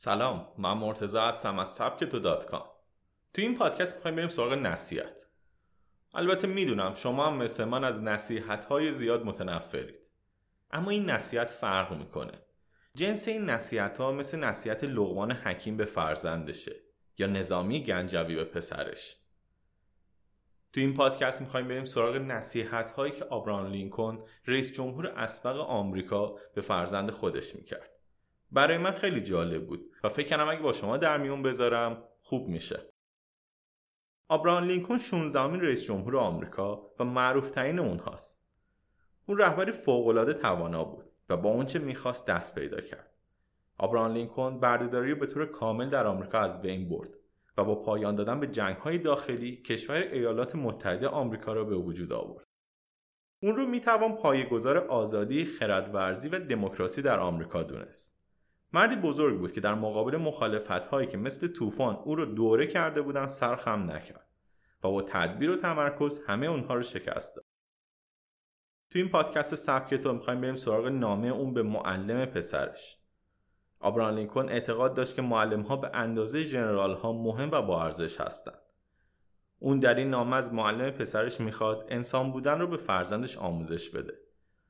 سلام، من مرتضی هستم از sabketo.com. تو این پادکست میخوایم بریم سراغ نصیحت. البته میدونم شما هم مثل من از نصیحت‌های زیاد متنفرید. اما این نصیحت فرق میکنه. جنس این نصیحت‌ها مثل نصیحت لقمان حکیم به فرزندشه یا نظامی گنجوی به پسرش. تو این پادکست میخوایم بریم سراغ نصیحت‌هایی که آبراهام لینکلن رئیس جمهور اسبق آمریکا به فرزند خودش میکرد. برای من خیلی جالب بود و فکر کنم اگه با شما در میون بذارم خوب میشه. آبراهام لینکلن 16مین رئیس جمهور آمریکا و معروف‌ترین اونهاست. اون رهبری فوق‌العاده توانا بود و با اونچه میخواست دست پیدا کرد. آبراهام لینکلن بردهداری رو به طور کامل در آمریکا از بین برد و با پایان دادن به جنگ‌های داخلی کشور ایالات متحده آمریکا را به وجود آورد. اون رو میتوان پایه‌گذار آزادی، خردورزی و دموکراسی در آمریکا دونست. مردی بزرگ بود که در مقابل مخالفت‌هایی که مثل طوفان او رو دوره کرده بودن سر خم نکرد و با تدبیر و تمرکز همه اونها رو شکست داد. تو این پادکست سبکتو می‌خوایم بریم سراغ نامه اون به معلم پسرش. آبراهام لینکلن اعتقاد داشت که معلم‌ها به اندازه ژنرال‌ها مهم و با ارزش هستند. اون در این نامه از معلم پسرش می‌خواد انسان بودن رو به فرزندش آموزش بده.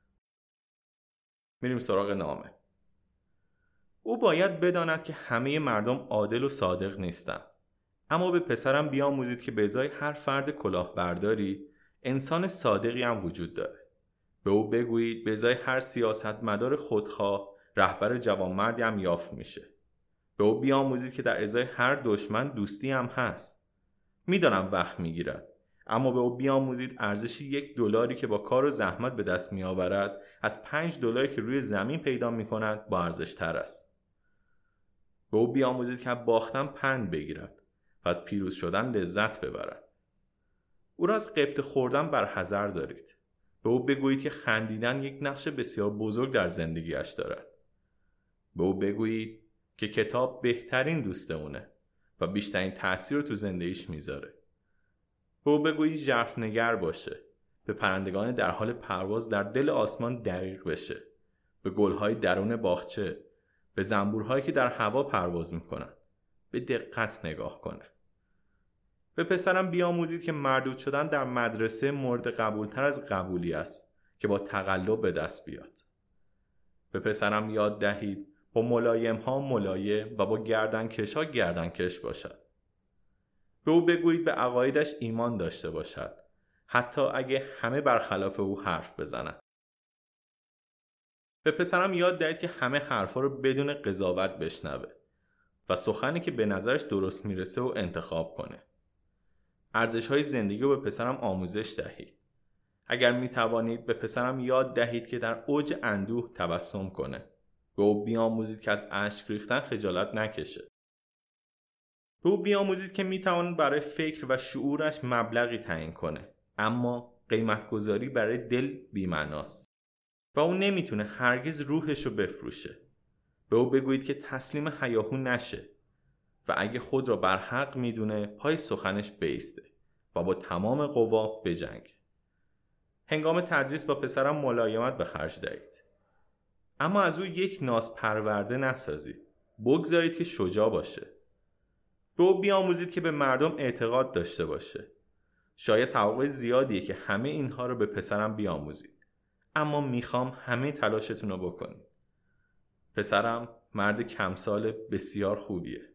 میریم سراغ نامه. او باید بداند که همه مردم عادل و صادق نیستند. اما به پسرم بیاموزید که به ازای هر فرد کلاهبرداری انسان صادقی هم وجود داره. به او بگویید به ازای هر سیاستمدار خودخواه رهبر جوانمردی هم یافت میشه. به او بیاموزید که در ازای هر دشمن دوستی هم هست. میدانم وقت میگیرد، اما به او بیاموزید ارزش $1 که با کار و زحمت به دست میآورد از $5 که روی زمین پیدا میکند با ارزش تر است. به او بیاموزید که باختن پند بگیرد و از پیروز شدن لذت ببرد. او را از غبطه خوردن برحذر دارید. به او بگویید که خندیدن یک نقش بسیار بزرگ در زندگیش دارد. به او بگویید که کتاب بهترین دوست اونه و بیشترین تأثیر رو تو زندگیش میذاره. به او بگویید ژرفنگر باشه، به پرندگان در حال پرواز در دل آسمان دقیق بشه، به گلهای درون باغچه، به زنبورهایی که در هوا پرواز میکنن به دقت نگاه کنه. به پسرم بیاموزید که مردود شدن در مدرسه مورد قبولتر از قبولی است که با تقلب به دست بیاد. به پسرم یاد دهید با ملایم ها ملایم و با گردنکش ها گردنکش باشد. به او بگویید به عقایدش ایمان داشته باشد، حتی اگه همه برخلاف او حرف بزنند. به پسرم یاد دهید که همه حرفا رو بدون قضاوت بشنوه و سخنی که به نظرش درست میرسه و انتخاب کنه. ارزش‌های زندگی رو به پسرم آموزش دهید. اگر میتوانید به پسرم یاد دهید که در اوج اندوه تبسم کنه. به او بیاموزید که از اشک ریختن خجالت نکشه. به او بیاموزید که میتواند برای فکر و شعورش مبلغی تعیین کنه، اما قیمت‌گذاری برای دل بی‌معناست و او نمیتونه هرگز روحش رو بفروشه. به او بگویید که تسلیم هیاهو نشه و اگه خود را بر حق میدونه پای سخنش بایسته و با تمام قوا بجنگه. هنگام تدریس با پسرم ملایمت به خرج دهید، اما از او یک ناز پرورده نسازید. بگذارید که شجاع باشه. به او بیاموزید که به مردم اعتقاد داشته باشه. شاید توقع زیادیه که همه اینها رو به پسرم بیاموزید، اما میخوام همه تلاشتون رو بکنید. پسرم مرد کمسال بسیار خوبیه.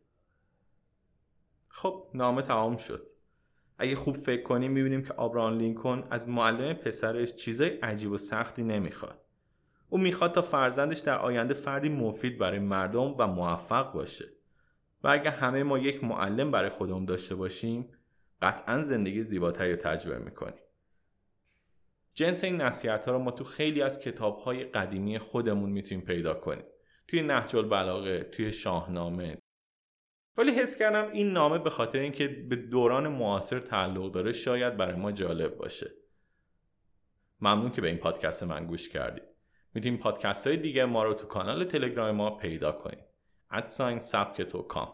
خب نامه تمام شد. اگه خوب فکر کنیم میبینیم که آبراهام لینکلن از معلم پسرش چیزای عجیب و سختی نمیخواد. او میخواد تا فرزندش در آینده فردی مفید برای مردم و موفق باشه. و اگه همه ما یک معلم برای خودمون داشته باشیم قطعاً زندگی زیباتری رو تجربه میکنیم. جنس این نصیحت‌ها رو ما تو خیلی از کتاب‌های قدیمی خودمون میتونیم پیدا کنیم. توی نهج البلاغه، توی شاهنامه. ولی حس کردم این نامه به خاطر اینکه به دوران معاصر تعلق داره شاید برای ما جالب باشه. ممنون که به این پادکست من گوش کردید. میتونید پادکست‌های دیگه ما رو تو کانال تلگرام ما پیدا کنید. @sabketo.com